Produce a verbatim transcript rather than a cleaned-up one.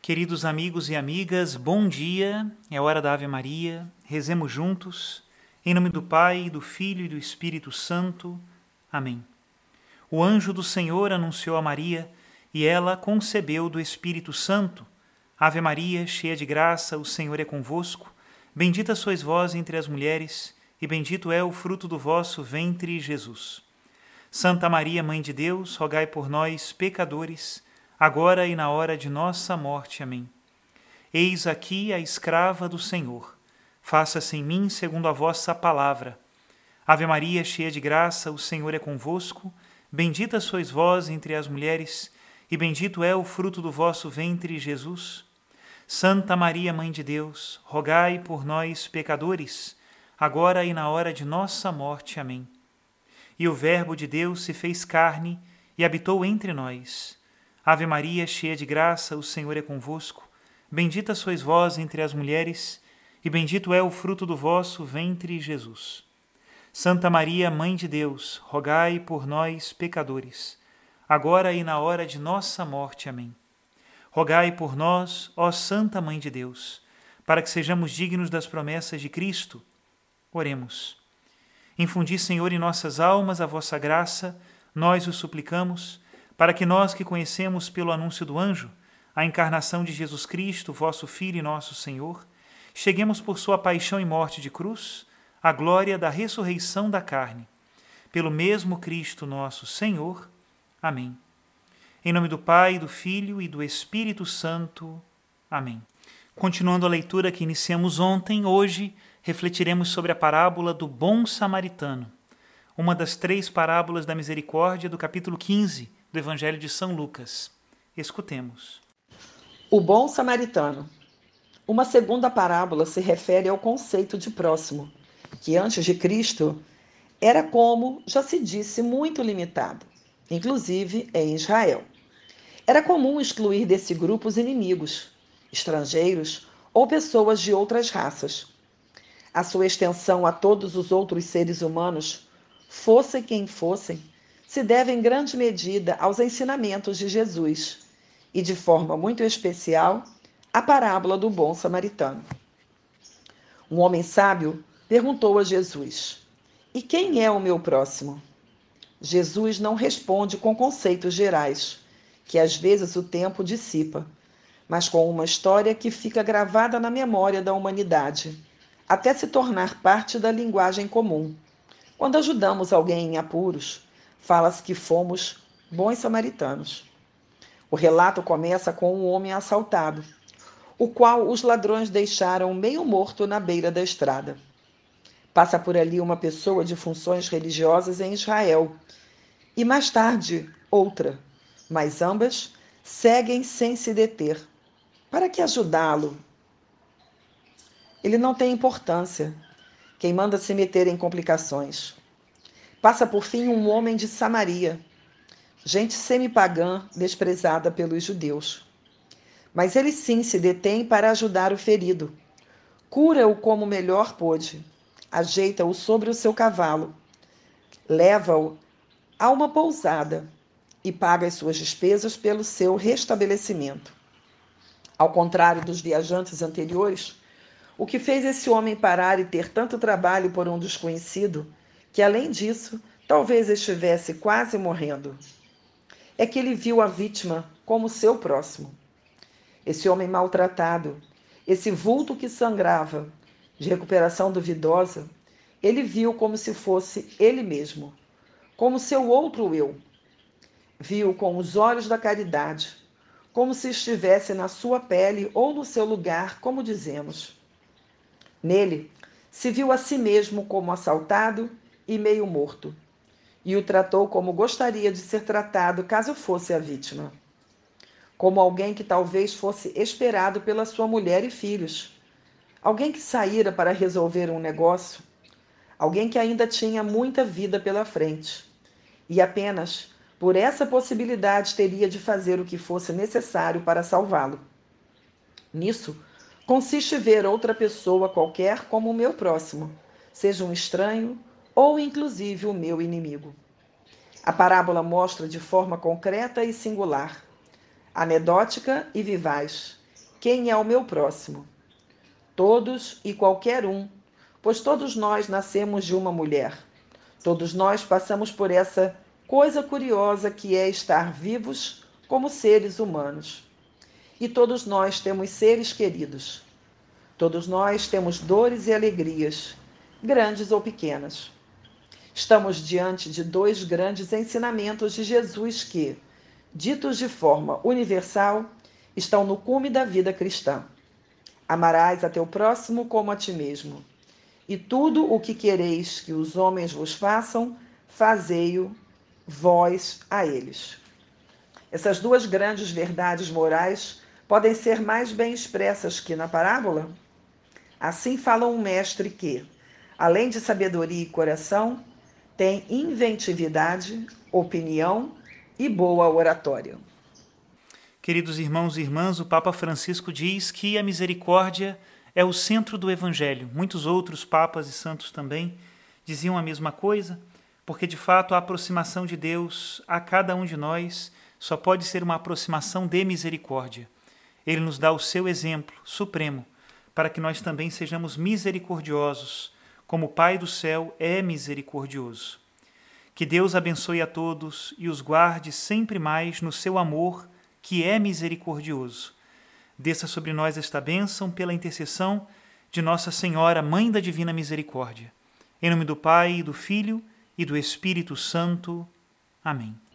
Queridos amigos e amigas, bom dia, é hora da Ave Maria, rezemos juntos, em nome do Pai, do Filho e do Espírito Santo. Amém. O anjo do Senhor anunciou a Maria e ela concebeu do Espírito Santo. Ave Maria, cheia de graça, o Senhor é convosco, bendita sois vós entre as mulheres e bendito é o fruto do vosso ventre, Jesus. Santa Maria, Mãe de Deus, rogai por nós, pecadores, agora e na hora de nossa morte. Amém. Eis aqui a escrava do Senhor. Faça-se em mim segundo a vossa palavra. Ave Maria, cheia de graça, o Senhor é convosco. Bendita sois vós entre as mulheres, e bendito é o fruto do vosso ventre, Jesus. Santa Maria, Mãe de Deus, rogai por nós, pecadores, agora e na hora de nossa morte. Amém. E o Verbo de Deus se fez carne e habitou entre nós. Ave Maria, cheia de graça, o Senhor é convosco. Bendita sois vós entre as mulheres, e bendito é o fruto do vosso ventre, Jesus. Santa Maria, Mãe de Deus, rogai por nós, pecadores, agora e na hora de nossa morte. Amém. Rogai por nós, ó Santa Mãe de Deus, para que sejamos dignos das promessas de Cristo. Oremos. Infundi, Senhor, em nossas almas a vossa graça, nós o suplicamos, para que nós que conhecemos pelo anúncio do anjo a encarnação de Jesus Cristo, vosso Filho e nosso Senhor, cheguemos por sua paixão e morte de cruz à glória da ressurreição da carne. Pelo mesmo Cristo nosso Senhor. Amém. Em nome do Pai, do Filho e do Espírito Santo. Amém. Continuando a leitura que iniciamos ontem, hoje refletiremos sobre a parábola do bom samaritano, uma das três parábolas da misericórdia do capítulo quinze do Evangelho de São Lucas. Escutemos. O bom samaritano. Uma segunda parábola se refere ao conceito de próximo, que antes de Cristo era, como já se disse, muito limitado, inclusive em Israel. Era comum excluir desse grupo os inimigos, estrangeiros ou pessoas de outras raças. A sua extensão a todos os outros seres humanos, fossem quem fossem, se deve em grande medida aos ensinamentos de Jesus e, de forma muito especial, à parábola do bom samaritano. Um homem sábio perguntou a Jesus: "E quem é o meu próximo?" Jesus não responde com conceitos gerais, que às vezes o tempo dissipa, mas com uma história que fica gravada na memória da humanidade, até se tornar parte da linguagem comum. Quando ajudamos alguém em apuros, fala-se que fomos bons samaritanos. O relato começa com um homem assaltado, o qual os ladrões deixaram meio morto na beira da estrada. Passa por ali uma pessoa de funções religiosas em Israel, e mais tarde outra, mas ambas seguem sem se deter. Para que ajudá-lo? Ele não tem importância. Quem manda se meter em complicações? Passa por fim um homem de Samaria, gente semi-pagã desprezada pelos judeus. Mas ele sim se detém para ajudar o ferido. Cura-o como melhor pôde, ajeita-o sobre o seu cavalo, leva-o a uma pousada e paga as suas despesas pelo seu restabelecimento. Ao contrário dos viajantes anteriores, o que fez esse homem parar e ter tanto trabalho por um desconhecido, que além disso, talvez estivesse quase morrendo, é que ele viu a vítima como seu próximo. Esse homem maltratado, esse vulto que sangrava, de recuperação duvidosa, ele viu como se fosse ele mesmo, como seu outro eu. Viu com os olhos da caridade, como se estivesse na sua pele ou no seu lugar, como dizemos. Nele, se viu a si mesmo como assaltado e meio morto, e o tratou como gostaria de ser tratado caso fosse a vítima. Como alguém que talvez fosse esperado pela sua mulher e filhos, alguém que saíra para resolver um negócio, alguém que ainda tinha muita vida pela frente, e apenas por essa possibilidade teria de fazer o que fosse necessário para salvá-lo. Nisso consiste ver outra pessoa qualquer como o meu próximo, seja um estranho ou inclusive o meu inimigo. A parábola mostra de forma concreta e singular, anedótica e vivaz, quem é o meu próximo. Todos e qualquer um, pois todos nós nascemos de uma mulher. Todos nós passamos por essa coisa curiosa que é estar vivos como seres humanos. E todos nós temos seres queridos. Todos nós temos dores e alegrias, grandes ou pequenas. Estamos diante de dois grandes ensinamentos de Jesus que, ditos de forma universal, estão no cume da vida cristã. Amarás a teu próximo como a ti mesmo. E tudo o que quereis que os homens vos façam, fazei-o vós a eles. Essas duas grandes verdades morais podem ser mais bem expressas que na parábola? Assim fala um mestre que, além de sabedoria e coração, tem inventividade, opinião e boa oratória. Queridos irmãos e irmãs, o Papa Francisco diz que a misericórdia é o centro do Evangelho. Muitos outros papas e santos também diziam a mesma coisa, porque de fato a aproximação de Deus a cada um de nós só pode ser uma aproximação de misericórdia. Ele nos dá o seu exemplo supremo para que nós também sejamos misericordiosos, como o Pai do céu é misericordioso. Que Deus abençoe a todos e os guarde sempre mais no seu amor, que é misericordioso. Desça sobre nós esta bênção pela intercessão de Nossa Senhora, Mãe da Divina Misericórdia. Em nome do Pai, do Filho e do Espírito Santo. Amém.